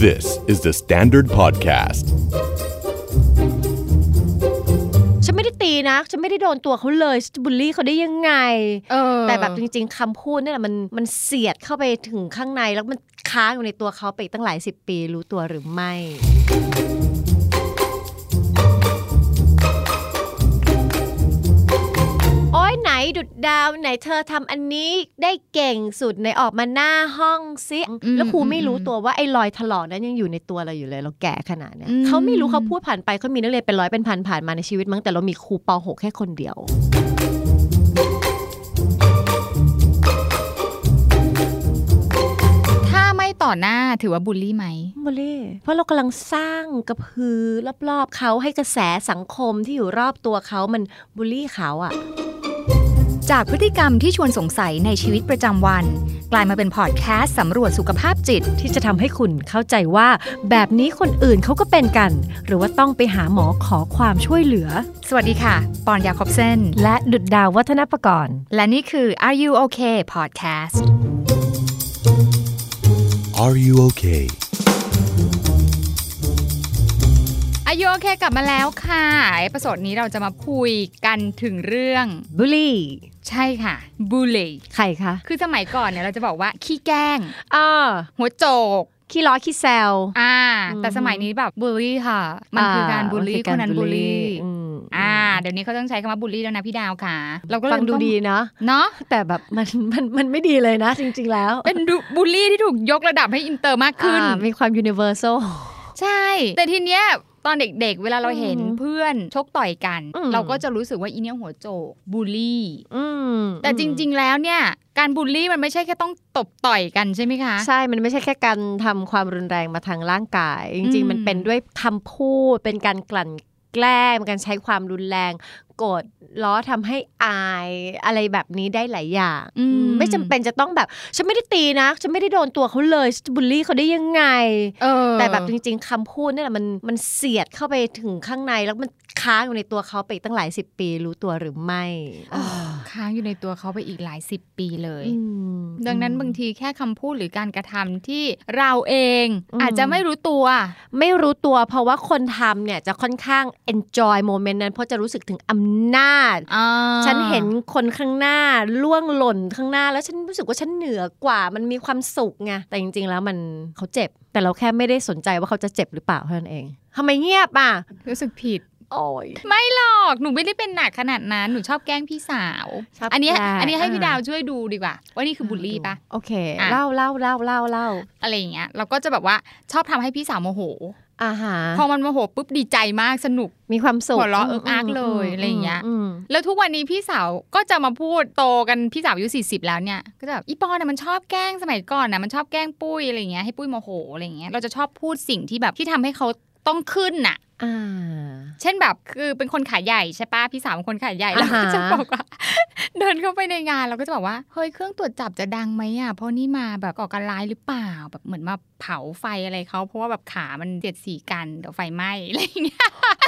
This is the Standard Podcast. ฉันไม่ได้ตีนะฉันไม่ได้โดนตัวเขาเลยจะบูลลี่เขาได้ยังไงแต่แบบจริงๆคำพูดนี่แหละมันเสียดเข้าไปถึงข้างในแล้วมันค้างอยู่ในตัวเขาไปตั้งหลาย10ปีรู้ตัวหรือไม่โอ๊ยไหนดุดดาวไหนเธอทำอันนี้ได้เก่งสุดไหนออกมาหน้าห้องซิแล้วครูไม่รู้ตัวว่าไอ้รอยถลอกนั้นยังอยู่ในตัวเราอยู่เลยเราแก่ขนาดนี้เขาไม่รู้เขาพูดผ่านไปเขามีนักเรียนเป็นร้อยเป็นพันผ่านมาในชีวิตมั้งแต่เรามีครูป.6 แค่คนเดียวต่อหน้าถือว่าบูลลี่ไหมบูลลี่เพราะเรากำลังสร้างกระพือรอบๆเขาให้กระแสสังคมที่อยู่รอบตัวเขามันบูลลี่เขาอะจากพฤติกรรมที่ชวนสงสัยในชีวิตประจำวันกลายมาเป็นพอดแคสต์สำรวจสุขภาพจิตที่จะทำให้คุณเข้าใจว่าแบบนี้คนอื่นเขาก็เป็นกันหรือว่าต้องไปหาหมอขอความช่วยเหลือสวัสดีค่ะปอนยาคอบเซนและดุจดาววัฒนประกรณ์และนี่คือ Are You Okay Podcast Are you okay? Are you okay กลับมาแล้วค่ะเอพิโซดนี้เราจะมาคุยกันถึงเรื่องบูลลี่ใช่ค่ะบูลลี่ใครคะคือสมัยก่อนเนี่ยเราจะบอกว่าขี้แกล้งหัวโจกขี้ล้อขี้แซวแต่สมัยนี้แบบบูลลี่ค่ะมันคือการบูลลี่คนนั้นบูลลี่เดี๋ยวนี้เขาต้องใช้คำว่าบูลลี่แล้วนะพี่ดาวค่ะเราก็ฟังดูดีเนาะแต่แบบมันไม่ดีเลยนะจริงๆแล้วเป็นบูลลี่ที่ถูกยกระดับให้อินเตอร์มากขึ้นมีความยูนิเวอร์แซลใช่แต่ทีเนี้ยตอนเด็กๆเวลาเราเห็นเพื่อนชกต่อยกันเราก็จะรู้สึกว่าอีเนี่ยหัวโจกบูลลี่แต่จริงๆแล้วเนี่ยการบูลลี่มันไม่ใช่แค่ต้องตบต่อยกันใช่ไหมคะใช่มันไม่ใช่แค่การทำความรุนแรงมาทางร่างกายจริงๆมันเป็นด้วยคำพูดเป็นการกลั่นแกล้งการใช้ความรุนแรงโกรธล้อทำให้อายอะไรแบบนี้ได้หลายอย่างไม่จำเป็นจะต้องแบบฉันไม่ได้ตีนะฉันไม่ได้โดนตัวเขาเลยจะบูลลี่เขาได้ยังไงแต่แบบจริงๆคำพูดนี่แหละมันเสียดเข้าไปถึงข้างในแล้วมันค้างอยู่ในตัวเขาไปตั้งหลาย10ปีรู้ตัวหรือไม่ค้างอยู่ในตัวเขาไปอีกหลาย10ปีเลยดังนั้นบางทีแค่คำพูดหรือการกระทำที่เราเองอาจจะไม่รู้ตัวเพราะว่าคนทำเนี่ยจะค่อนข้าง enjoy moment นั้นเพราะจะรู้สึกถึงอำนาจฉันเห็นคนข้างหน้าล่วงหล่นข้างหน้าแล้วฉันรู้สึกว่าฉันเหนือกว่ามันมีความสุขไงแต่จริงๆแล้วเขาเจ็บแต่เราแค่ไม่ได้สนใจว่าเขาจะเจ็บหรือเปล่าเท่านั้นเองทำไมเงียบอ่ะรู้สึกผิดโอ้ยไม่หรอกหนูไม่ได้เป็นหนักขนาดนั้นหนูชอบแกล้งพี่สาวอันนี้ให้พี่ดาวช่วยดูดีกว่าว่านี่คือบูลลี่ปะโอเคเล่าอะไรอย่างเงี้ยเราก็จะแบบว่าชอบทำให้พี่สาวโมโหพอมันโมโหปุ๊บดีใจมากสนุกมีความสุขหัวเราะอักเลยอะไรอย่างเงี้ยแล้วทุกวันนี้พี่สาวก็จะมาพูดโตกันพี่สาวอายุ40แล้วเนี่ยก็จะแบบอีปอนน่ะมันชอบแกล้งสมัยก่อนน่ะมันชอบแกล้งปุ้ยอะไรอย่างเงี้ยให้ปุ้ยโมโหอะไรอย่างเงี้ยเราจะชอบพูดสิ่งที่แบบที่ทำให้เขาต้องขึ้นน่ะเช่นแบบคือเป็นคนขายใหญ่ใช่ป่ะพี่สาวเป็นคนขายใหญ่แล้วก็จะบอกว่าเดินเข้าไปในงานเราก็จะบอกว่าเฮ้ยเครื่องตรวจจับจะดังไหมอ่ะเพราะนี่มาแบบก่อการร้ายหรือเปล่าแบบเหมือนมาเผาไฟอะไรเขาเพราะว่าแบบขามันเสียดสีกันเดี๋ยวไฟไหม้อะไรอย่างเงี้ย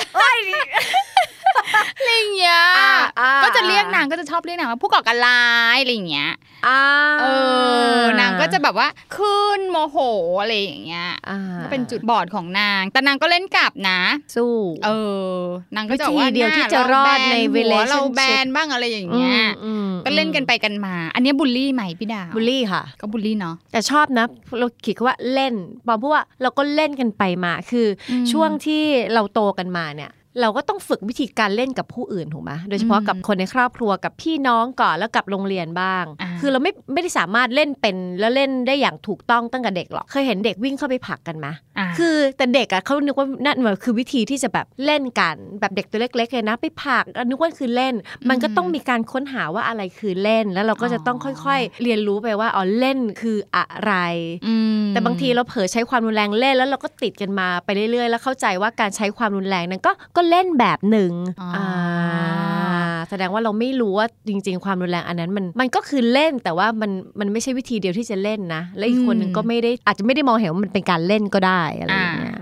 อะไรอย่างเงี้ยก็จะเรียกนางก็จะชอบเรียกนางว่าผู้ก่อการร้ายอะไรอย่างเงี้ยนางก็จะแบบว่าขึ้นโมโหอะไรอย่างเงี้ยก็เป็นจุดบอดของนางแต่นางก็เล่นกลับนะสู้นางก็จะว่าเดียวที่จะรอดในเวลาเราแบนบ้างอะไรอย่างเงี้ยก็เล่นกันไปกันมาอันนี้บูลลี่ไหมพี่ดาวบูลลี่ค่ะก็บูลลี่เนาะแต่ชอบนะเราคิดว่าเล่นเพราะว่าเราก็เล่นกันไปมาคือช่วงที่เราโตกันมาเนี่ยเราก็ต้องฝึกวิธีการเล่นกับผู้อื่นถูกไหมโดยเฉพาะกับคนในครอบครัวกับพี่น้องก่อนแล้วกับโรงเรียนบ้างคือเราไม่ได้สามารถเล่นเป็นแล้วเล่นได้อย่างถูกต้องตั้งแต่เด็กหรอกเคยเห็นเด็กวิ่งเข้าไปผลักกันไหมคือแต่เด็กอ่ะเขานึกว่านั่นคือวิธีที่จะแบบเล่นกันแบบเด็กตัวเล็กๆเลยนะไปผลักนึกว่าคือเล่นมันก็ต้องมีการค้นหาว่าอะไรคือเล่นแล้วเราก็จะต้องค่อยๆเรียนรู้ไปว่าเล่นคืออะไรแต่บางทีเราเผลอใช้ความรุนแรงเล่นแล้วเราก็ติดกันมาไปเรื่อยๆแล้วเข้าใจว่าการใช้ความรุนแรงนั้นก็เล่นแบบหนึ่งแสดงว่าเราไม่รู้ว่าจริงๆความรุนแรงอันนั้นมันก็คือเล่นแต่ว่ามันไม่ใช่วิธีเดียวที่จะเล่นนะและอีกคนนึงก็ไม่ได้อาจจะไม่ได้มองเห็นว่ามันเป็นการเล่นก็ได้อะไรอย่างเงี้ย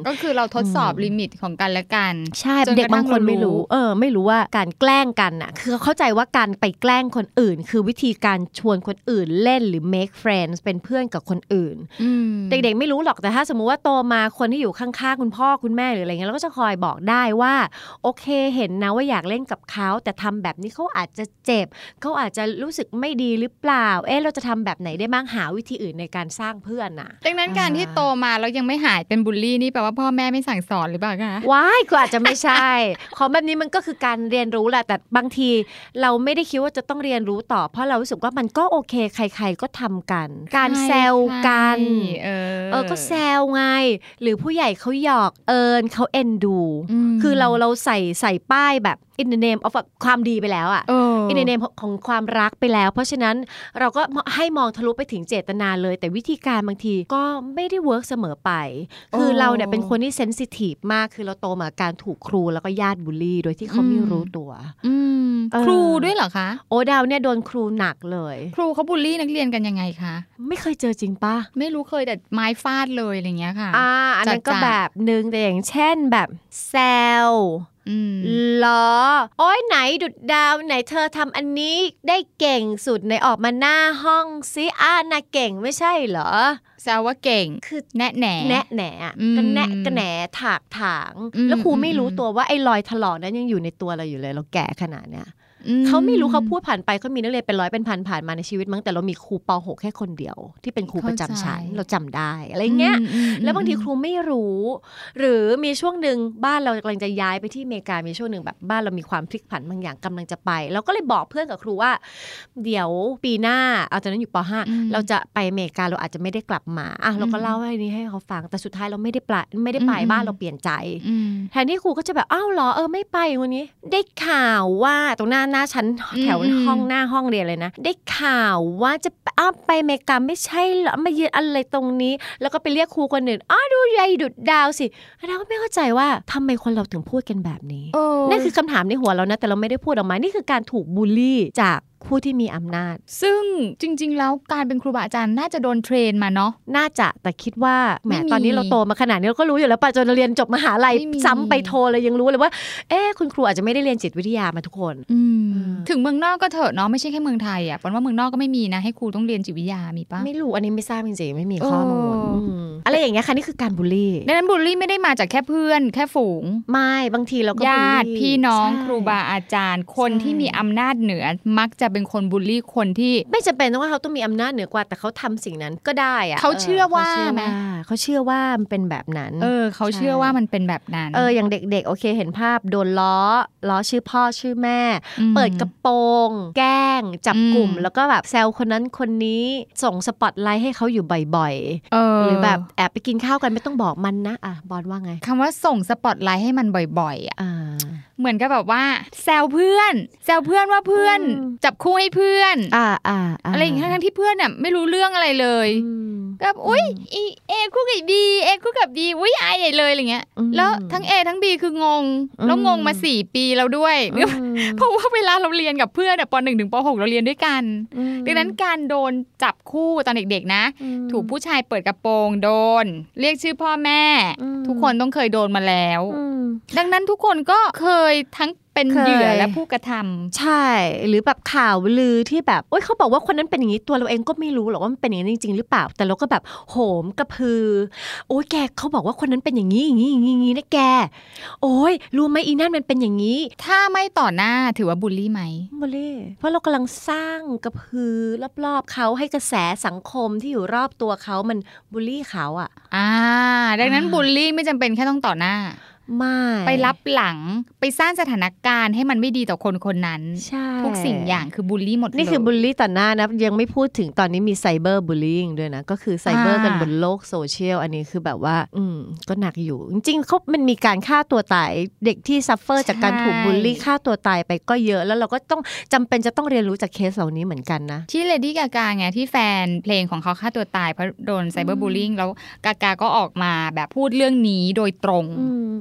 ก็คือเราทดสอบลิมิตของกันและกันใช่เด็กบางคนไม่รู้ไม่รู้ว่าการแกล้งกันน่ะคือเข้าใจว่าการไปแกล้งคนอื่นคือวิธีการชวนคนอื่นเล่นหรือ make friends เป็นเพื่อนกับคนอื่นเด็กๆไม่รู้หรอกแต่ถ้าสมมุติว่าโตมาคนที่อยู่ข้างๆคุณพ่อคุณแม่หรืออะไรเงี้ยเราก็จะคอยบอกได้ว่าโอเคเห็นนะว่าอยากเล่นกับเขาแต่ทำแบบนี้เขาอาจจะเจ็บเขาอาจจะรู้สึกไม่ดีหรือเปล่าเราจะทำแบบไหนได้บ้างหาวิธีอื่นในการสร้างเพื่อนน่ะดังนั้นการที่โตมาแล้วยังไม่หายเป็นบูลลี่นี่แปลว่าพ่อแม่ไม่สั่งสอนหรือเปล่าคะว้ายก็อาจจะไม่ใช่ของแบบนี้มันก็คือการเรียนรู้แหละแต่บางทีเราไม่ได้คิดว่าจะต้องเรียนรู้ต่อเพราะเรารู้สึกว่ามันก็โอเคใครๆก็ทำกันการแซวกันก็แซวไงหรือผู้ใหญ่เขาหยอกเขาเอ็นดูคือเราใส่ป้ายแบบ in the name of ความดีไปแล้วอ่ะ in the name ของความรักไปแล้วเพราะฉะนั้นเราก็ให้มองทะลุไปถึงเจตนาเลยแต่วิธีการบางทีก็ไม่ได้เวิร์กเสมอไปคือเราเนี่ยเป็นคนที่เซนซิทีฟมากคือเราโตมาการถูกครูแล้วก็ญาติบูลลี่โดยที่เขาไม่รู้ตัวครูด้วยเหรอคะโอ้ดาวเนี่ยโดนครูหนักเลยครูเขาบูลลี่นักเรียนกันยังไงคะไม่เคยเจอจริงปะไม่รู้เคยแต่ไม้ฟาดเลยอะไรเงี้ยค่ะอันนั้นก็แบบนึงแต่อย่างเช่นแบบแซวล้อโอ้ยไหนดุดดาวไหนเธอทำอันนี้ได้เก่งสุดไหนออกมาหน้าห้องซิน่ะเก่งไม่ใช่เหรอแซวว่าเก่งคือแนะแหน่ก็แหนถากถางแล้วครูไม่รู้ตัวว่าไอ้รอยถลอกนั้นยังอยู่ในตัวเราอยู่เลยเราแก่ขนาดเนี้ยเขาไม่รู้เขาพูดผ่านไปเขามีนักเรียนเป็นร้อยเป็นพันผ่านมาในชีวิตมั้งแต่เรามีครูป.6 แค่คนเดียวที่เป็นครูประจำชั้นเราจำได้อะไรเงี้ยแล้วบางทีครูไม่รู้หรือมีช่วงนึงบ้านเรากำลังจะย้ายไปที่อเมริกามีช่วงนึงแบบบ้านเรามีความพลิกผันบางอย่างกำลังจะไปเราก็เลยบอกเพื่อนกับครูว่าเดี๋ยวปีหน้าเอาตอนนั้นอยู่ป.5เราจะไปอเมริกาเราอาจจะไม่ได้กลับมาเราก็เล่าให้นี้ให้เขาฟังแต่สุดท้ายเราไม่ได้ไปบ้านเราเปลี่ยนใจแทนที่ครูก็จะแบบอ้าวเหรอไม่ไปวันนี้ได้ข่าวว่าตรงหน้าชั้นแถวห้องหน้าห้องเรียนเลยนะได้ข่าวว่าจะไปอเมริกาไม่ใช่เหรอมายืนอะไรตรงนี้แล้วก็ไปเรียกครูคนอื่นดูใหญ่ดุดดาวสิเราก็ไม่เข้าใจว่าทำไมคนเราถึงพูดกันแบบนี้นั่นคือคำถามในหัวเรานะแต่เราไม่ได้พูดออกมานี่คือการถูกบูลลี่จากผู้ที่มีอำนาจซึ่งจริงๆแล้วการเป็นครูบาอาจารย์น่าจะโดนเทรนมาเนาะน่าจะแต่คิดว่าแหมตอนนี้เราโตมาขนาดนี้เราก็รู้อยู่แล้วป่ะจนเราเรียนจบมหาลัยซ้ำไปโทเลยยังรู้เลยว่าคุณครูอาจจะไม่ได้เรียนจิตวิทยามาทุกคนถึงเมืองนอกก็เถอะเนาะไม่ใช่แค่เมืองไทยอ่ะเพราะว่าเมืองนอกก็ไม่มีนะให้ครูต้องเรียนจิตวิทยามีปะไม่รู้อันนี้ไม่ทราบจริงๆไม่มีข้อมูลอะไรอย่างเงี้ยค่ะนี่คือการบูลลี่ดังนั้นบูลลี่ไม่ได้มาจากแค่เพื่อนแค่ฝูงไม่บางทีเราก็ญาติพี่น้องครูบาอาจารย์คนที่มีอำนาจเหนือมักจะเป็นคนบูลลี่คนที่ไม่จำเป็นว่าเขาต้องมีอำนาจเหนือกว่าแต่เขาทำสิ่งนั้นก็ได้อะเขาเชื่อว่าเขาเชื่อว่ามันเป็นแบบนั้นเขาเชื่อว่ามันเป็นแบบนั้นอย่างเด็กๆโอเคเห็นภาพโดนล้อชื่อพ่อชื่อแม่เปิดกระโปรงแกล้งจับกลุ่มแล้วก็แบบแซวคนนั้นคนนี้ส่งสปอตไลท์ให้เขาอยู่บ่อยๆหรือแบบแอบไปกินข้าวกันไม่ต้องบอกมันนะบอลว่าไงคำว่าส่งสปอตไลท์ให้มันบ่อยๆเหมือนกับแบบว่าแซวเพื่อนว่าเพื่อนจับคู่ให้เพื่อนอะไรอย่างเงี้ยทั้งที่เพื่อนเนี่ยไม่รู้เรื่องอะไรเลยก็อุ้ยเอคู่กับบีคู่กับดีอุ้ยไอใหญ่เลยอะไรเงี้ยแล้วทั้ง A ทั้ง B คืองงแล้วงงมา4 ปีแล้วด้วยเพราะว่าเวลาเราเรียนกับเพื่อนป.1 ถึงป.6 เราเรียนด้วยกันดังนั้นการโดนจับคู่ตอนเด็กๆนะถูกผู้ชายเปิดกระโปรงโดนเรียกชื่อพ่อแม่ทุกคนต้องเคยโดนมาแล้วดังนั้นทุกคนก็เคยทั้งเป็นเหยื่อและผู้กระทำใช่หรือแบบข่าวลือที่แบบโอ๊ยเขาบอกว่าคนนั้นเป็นอย่างนี้ตัวเราเองก็ไม่รู้หรอกว่ามันเป็นอย่างนี้จริงๆหรือเปล่าแต่เราก็แบบโหมกระพือโอ๊ยแกเขาบอกว่าคนนั้นเป็นอย่างนี้อย่างนี้นะแกโอ๊ยรู้ไหมอีนั่นมันเป็นอย่างนี้ถ้าไม่ต่อหน้าถือว่าบูลลี่ไหมบูลลี่เพราะเรากำลังสร้างกระพือรอบๆเขาให้กระแสสังคมที่อยู่รอบตัวเขามันบูลลี่เขาดังนั้นบูลลี่ไม่จำเป็นแค่ต้องต่อหน้าไม่ไปรับหลังไปสร้างสถานการณ์ให้มันไม่ดีต่อคนคนนั้นทุกสิ่งอย่างคือบูลลี่หมดเลยนี่คือบูลลี่ต่อหน้านะยังไม่พูดถึงตอนนี้มีไซเบอร์บูลลี่ด้วยนะก็คือไซเบอร์กันบนโลกโซเชียลอันนี้คือแบบว่าก็หนักอยู่จริงๆเขามันมีการฆ่าตัวตายเด็กที่ซัฟเฟอร์จากการถูกบูลลี่ฆ่าตัวตายไปก็เยอะแล้วเราก็ต้องจำเป็นจะต้องเรียนรู้จากเคสเหล่านี้เหมือนกันนะที่เลดี้กากาไงที่แฟนเพลงของเขาฆ่าตัวตายเพราะโดนไซเบอร์บูลลี่แล้วกากาก็ออกมาแบบพูดเรื่องนี้โดยตรง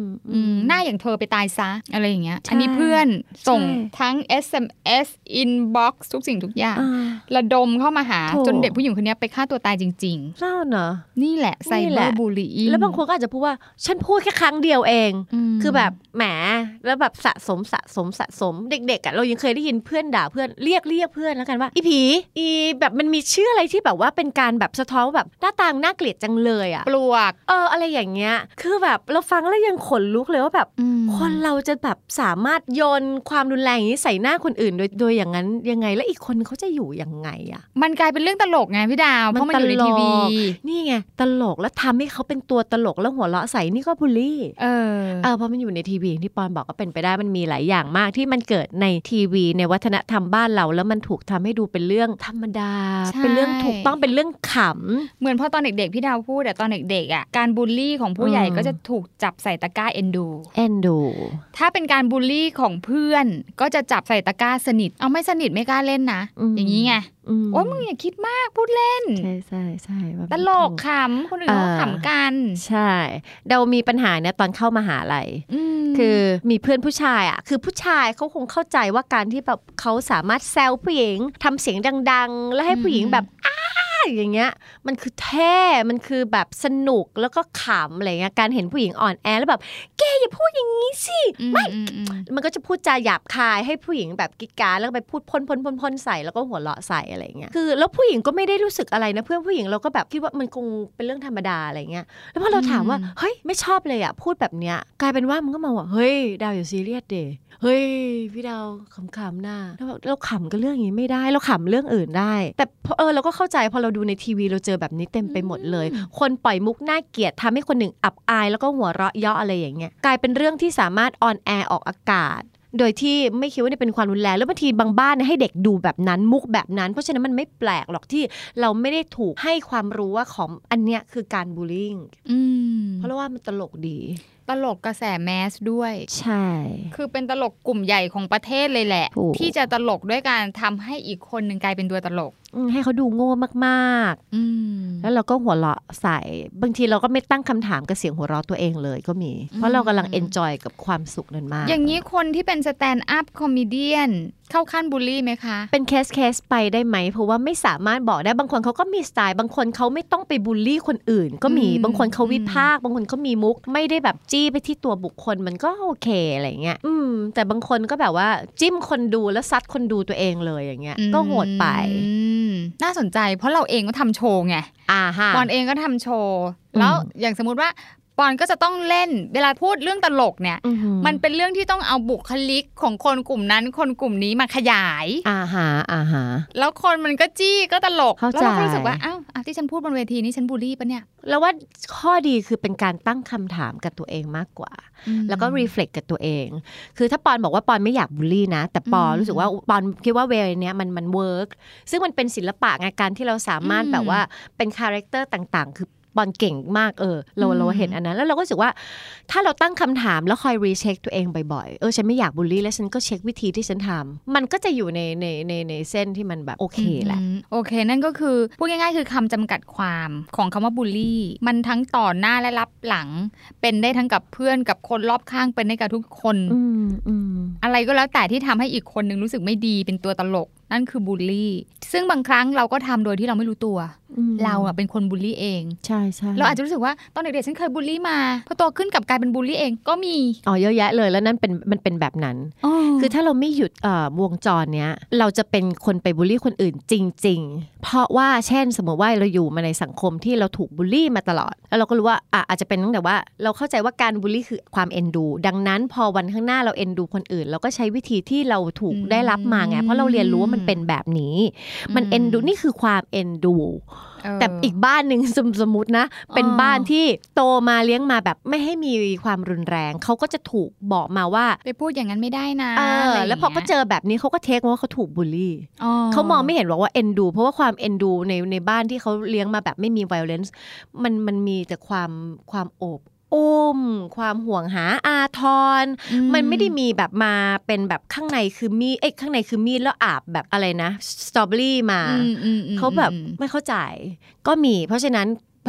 หน้าอย่างเธอไปตายซะอะไรอย่างเงี้ยอันนี้เพื่อนส่งทั้ง SMS inbox ทุกสิ่งทุกอย่างระดมเข้ามาหาจนเด็กผู้หญิงคนนี้ไปฆ่าตัวตายจริงๆเศร้าเนอะนี่แหละไซเบอร์บูลลี่แล้วบางคนก็อาจจะพูดว่าฉันพูดแค่ครั้งเดียวเองคือแบบแหมแล้วแบบสะสมเด็กๆอ่ะเรายังเคยได้ยินเพื่อนด่าเพื่อนเรียกเพื่อนแล้วกันว่าอีผีอีแบบมันมีชื่ออะไรที่แบบว่าเป็นการแบบสะท้อนแบบหน้าตาน่าเกลียดจังเลยอ่ะปลวกอะไรอย่างเงี้ยคือแบบเราฟังแล้วยังขนลุกเลยว่าแบบคนเราจะแบบสามารถโยนความรุนแรงอย่างนี้ใส่หน้าคนอื่นโดยอย่างนั้นยังไงแล้วอีกคนเขาจะอยู่ยังไงอ่ะมันกลายเป็นเรื่องตลกไงพี่ดาวเพราะมันอยู่ในทีวีนี่ไงตลกแล้วทำให้เขาเป็นตัวตลกแล้วหัวเราะใส่นี่ก็บูลลี่เพราะมันอยู่ในทีวีที่ปอนบอกก็เป็นไปได้มันมีหลายอย่างมากที่มันเกิดในทีวีในวัฒนธรรมบ้านเราแล้วมันถูกทำให้ดูเป็นเรื่องธรรมดาเป็นเรื่องถูกต้องเป็นเรื่องขำเหมือนพอตอนเด็กๆพี่ดาวพูดแต่ตอนเด็กๆอ่ะการบูลลี่ของผู้ใหญ่ก็จะถูกจับใส่ตะกร้าเอ็นดูถ้าเป็นการบูลลี่ของเพื่อนก็จะจับใส่ตะกร้าสนิทเอาไม่สนิทไม่กล้าเล่นนะอย่างนี้ไงโอ้ยมึงอย่าคิดมากพูดเล่นใช่ตลกขำคนอื่นก็ขำกันใช่เรามีปัญหาเนี่ยตอนเข้ามหาลัยคือมีเพื่อนผู้ชายอ่ะคือผู้ชายเขาคงเข้าใจว่าการที่แบบเขาสามารถแซวผู้หญิงทำเสียงดังๆแล้วให้ผู้หญิงแบบอย่างเงี้ยมันคือเท่มันคือแบบสนุกแล้วก็ขำอะไรเงี้ยการเห็นผู้หญิงอ่อนแอแล้วแบบแกอย่าพูดอย่างนี้สิไม่มันก็จะพูดจาหยาบคายให้ผู้หญิงแบบกิ๊กการแล้วก็ไปพูดพ่นใส่แล้วก็หัวเราะใส่อะไรเงี้ยคือแล้วผู้หญิงก็ไม่ได้รู้สึกอะไรนะเพื่อนผู้หญิงเราก็แบบคิดว่ามันคงเป็นเรื่องธรรมดาอะไรเงี้ยแล้วพอเราถามว่าเฮ้ยไม่ชอบเลยอ่ะพูดแบบเนี้ยกลายเป็นว่ามันก็มาว่าเฮ้ยดาวอย่าซีเรียสเดเฮ้ยพี่ดาวขำๆหน้าเราขำกับเรื่องนี้ไม่ได้เราขำเรื่องอื่นได้แต่เราก็เข้าใจพอเราดูในทีวีเราเจอแบบนี้เต็มไปหมดเลยคนปล่อยมุกน่าเกลียดทำให้คนหนึ่งอับอายแล้วก็หัวเราะเยาะอะไรอย่างเงี้ยกลายเป็นเรื่องที่สามารถออนแอร์ออกอากาศโดยที่ไม่คิดว่านี่เป็นความรุนแรงแล้วบางทีบางบ้านให้เด็กดูแบบนั้นมุกแบบนั้นเพราะฉะนั้นมันไม่แปลกหรอกที่เราไม่ได้ถูกให้ความรู้ว่าของอันเนี้ยคือการบูลลี่เพราะว่ามันตลกดีตลกกระแสแมสด้วยใช่คือเป็นตลกกลุ่มใหญ่ของประเทศเลยแหละที่จะตลกด้วยการทำให้อีกคนนึงกลายเป็นตัวตลกให้เขาดูโง่มากๆแล้วเราก็หัวเราะใส่บางทีเราก็ไม่ตั้งคำถามกับเสียงหัวเราะตัวเองเลยก็มีเพราะเรากำลังเอนจอยกับความสุขนั้นมากอย่างนี้คนที่เป็นสแตนด์อัพคอมเมเดียนเข้าขั้นบูลลี่ไหมคะเป็นเคสไปได้ไหมเพราะว่าไม่สามารถบอกได้บางคนเขาก็มีสไตล์บางคนเขาไม่ต้องไปบูลลี่คนอื่นก็มีบางคนเขาวิพากษ์บางคนเขามีมุกไม่ได้แบบจี้ไปที่ตัวบุคคลมันก็โอเคอะไรเงี้ยแต่บางคนก็แบบว่าจิ้มคนดูแล้วซัดคนดูตัวเองเลยอย่างเงี้ยก็โหดไปน่าสนใจเพราะเราเองก็ทำโชว์ไงบอลเองก็ทำโชว์แล้วอย่างสมมุติว่าปอนก็จะต้องเล่นเวลาพูดเรื่องตลกเนี่ยมันเป็นเรื่องที่ต้องเอาบุคลิกของคนกลุ่มนั้นคนกลุ่มนี้มาขยายแล้วคนมันก็จี้ก็ตลกแล้วเราก็รู้สึกว่าอ้าวที่ฉันพูดบนเวทีนี้ฉันบูลลี่ปะเนี่ยแล้วว่าข้อดีคือเป็นการตั้งคำถามกับตัวเองมากกว่าแล้วก็รีเฟล็กกับตัวเองคือถ้าปอนบอกว่าปอนไม่อยากบูลลี่นะแต่ปอนรู้สึกว่าปอนคิดว่าเวย์เนี้ยมันเวิร์กซึ่งมันเป็นศิลปะงานการที่เราสามารถแบบว่าเป็นคาแรคเตอร์ต่างๆคือปอนเก่งมากเราเห็นอันนั้นแล้วเราก็รู้สึกว่าถ้าเราตั้งคำถามแล้วคอยรีเช็คตัวเองบ่อยๆฉันไม่อยากบูลลี่แล้วฉันก็เช็ควิธีที่ฉันทำมันก็จะอยู่ในเส้นที่มันแบบโอเคแหละโอเคนั่นก็คือพูดง่ายๆคือคำจำกัดความของคำว่าบูลลี่มันทั้งต่อหน้าและรับหลังเป็นได้ทั้งกับเพื่อนกับคนรอบข้างเป็นได้กับทุกคนอะไรก็แล้วแต่ที่ทำให้อีกคนนึงรู้สึกไม่ดีเป็นตัวตลกนั่นคือบูลลี่ซึ่งบางครั้งเราก็ทำโดยที่เราไม่รู้ตัวเราเป็นคนบูลลี่เองใช่ใช่เราอาจจะรู้สึกว่าตอนเด็กๆฉันเคยบูลลี่มาพอโตขึ้นกับกลายเป็นบูลลี่เองก็มีเยอะแยะเลยแล้วนั่นมันเป็นแบบนั้นคือถ้าเราไม่หยุดวงจรเนี้ยเราจะเป็นคนไปบูลลี่คนอื่นจริงๆเพราะว่าเช่นสมมติว่าเราอยู่มาในสังคมที่เราถูกบูลลี่มาตลอดแล้วเราก็รู้ว่าอาจจะเป็นตั้งแต่ว่าเราเข้าใจว่าการบูลลี่คือความเอ็นดูดังนั้นพอวันข้างหน้าเราเอ็นดูคนอื่นเราก็ใช้วิธีที่เราถูกได้รับมาไงเพราะเราเรียนรู้ว่ามันเป็นแบบนี้มันเอ็นดูนี่คือความเอ็นดูแต่อีกบ้านหนึ่งสมมุตินะเป็นบ้านที่โตมาเลี้ยงมาแบบไม่ให้มีความรุนแรงเขาก็จะถูกบอกมาว่าไปพูดอย่างนั้นไม่ได้นะแล้วพอเขาเจอแบบนี้เขาก็เทคว่าเขาถูกบูลลี่เขามองไม่เห็นหรอกว่าเอ็นดูเพราะว่าความเอ็นดูในบ้านที่เขาเลี้ยงมาแบบไม่มี violence มันมีแต่ความโอบความห่วงหาอาทรมันไม่ได้มีแบบมาเป็นแบบข้างในคือมีดข้างในคือมีดแล้วอาบแบบอะไรนะสตรอเบอรี่มาเขาแบบไม่เข้าใจก็มีเพราะฉะนั้นพ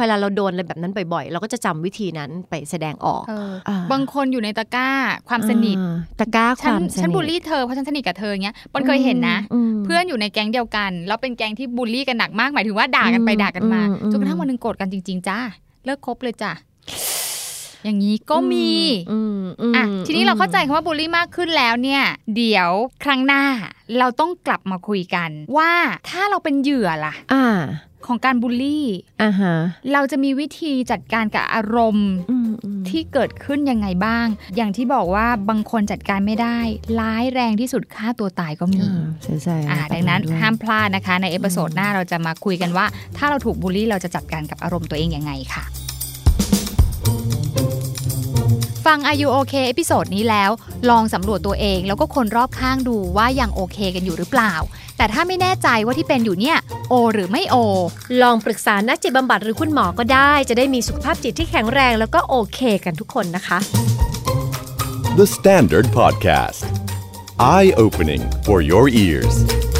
เวลาเราโดนอะไรแบบนั้นบ่อยๆเราก็จะจำวิธีนั้นไปแสดงออกบางคนอยู่ในตะกร้าความสนิทตะกร้าความสนิทฉันบูลลี่เธอเพราะฉันสนิทกับเธอเงี้ยปอนเคยเห็นนะเพื่อนอยู่ในแก๊งเดียวกันแล้วเป็นแก๊งที่บูลลี่กันหนักมากหมายถึงว่าด่ากันไปด่ากันมาจนกระทั่งวันนึงโกรธกันจริงๆจ้าเลิกคบเลยจ้ะอย่างนี้ก็มีทีนี้เราเข้าใจคำว่าบูลลี่มากขึ้นแล้วเนี่ยเดี๋ยวครั้งหน้าเราต้องกลับมาคุยกันว่าถ้าเราเป็นเหยื่อล่ะของการบูลลี่เราจะมีวิธีจัดการกับอารมณ์ที่เกิดขึ้นยังไงบ้างอย่างที่บอกว่าบางคนจัดการไม่ได้ร้ายแรงที่สุดฆ่าตัวตายก็มีใช่ดังนั้นห้ามพลาดนะคะในเอพิโซดหน้าเราจะมาคุยกันว่าถ้าเราถูกบูลลี่เราจะจัดการกับอารมณ์ตัวเองยังไงค่ะฟัง Are You OK เอพิโซดนี้แล้วลองสำรวจตัวเองแล้วก็คนรอบข้างดูว่ายังโอเคกันอยู่หรือเปล่าแต่ถ้าไม่แน่ใจว่าที่เป็นอยู่เนี่ยโอหรือไม่โอลองปรึกษานักจิตบำบัดหรือคุณหมอก็ได้จะได้มีสุขภาพจิตที่แข็งแรงแล้วก็โอเคกันทุกคนนะคะ The Standard Podcast Eye Opening for Your Ears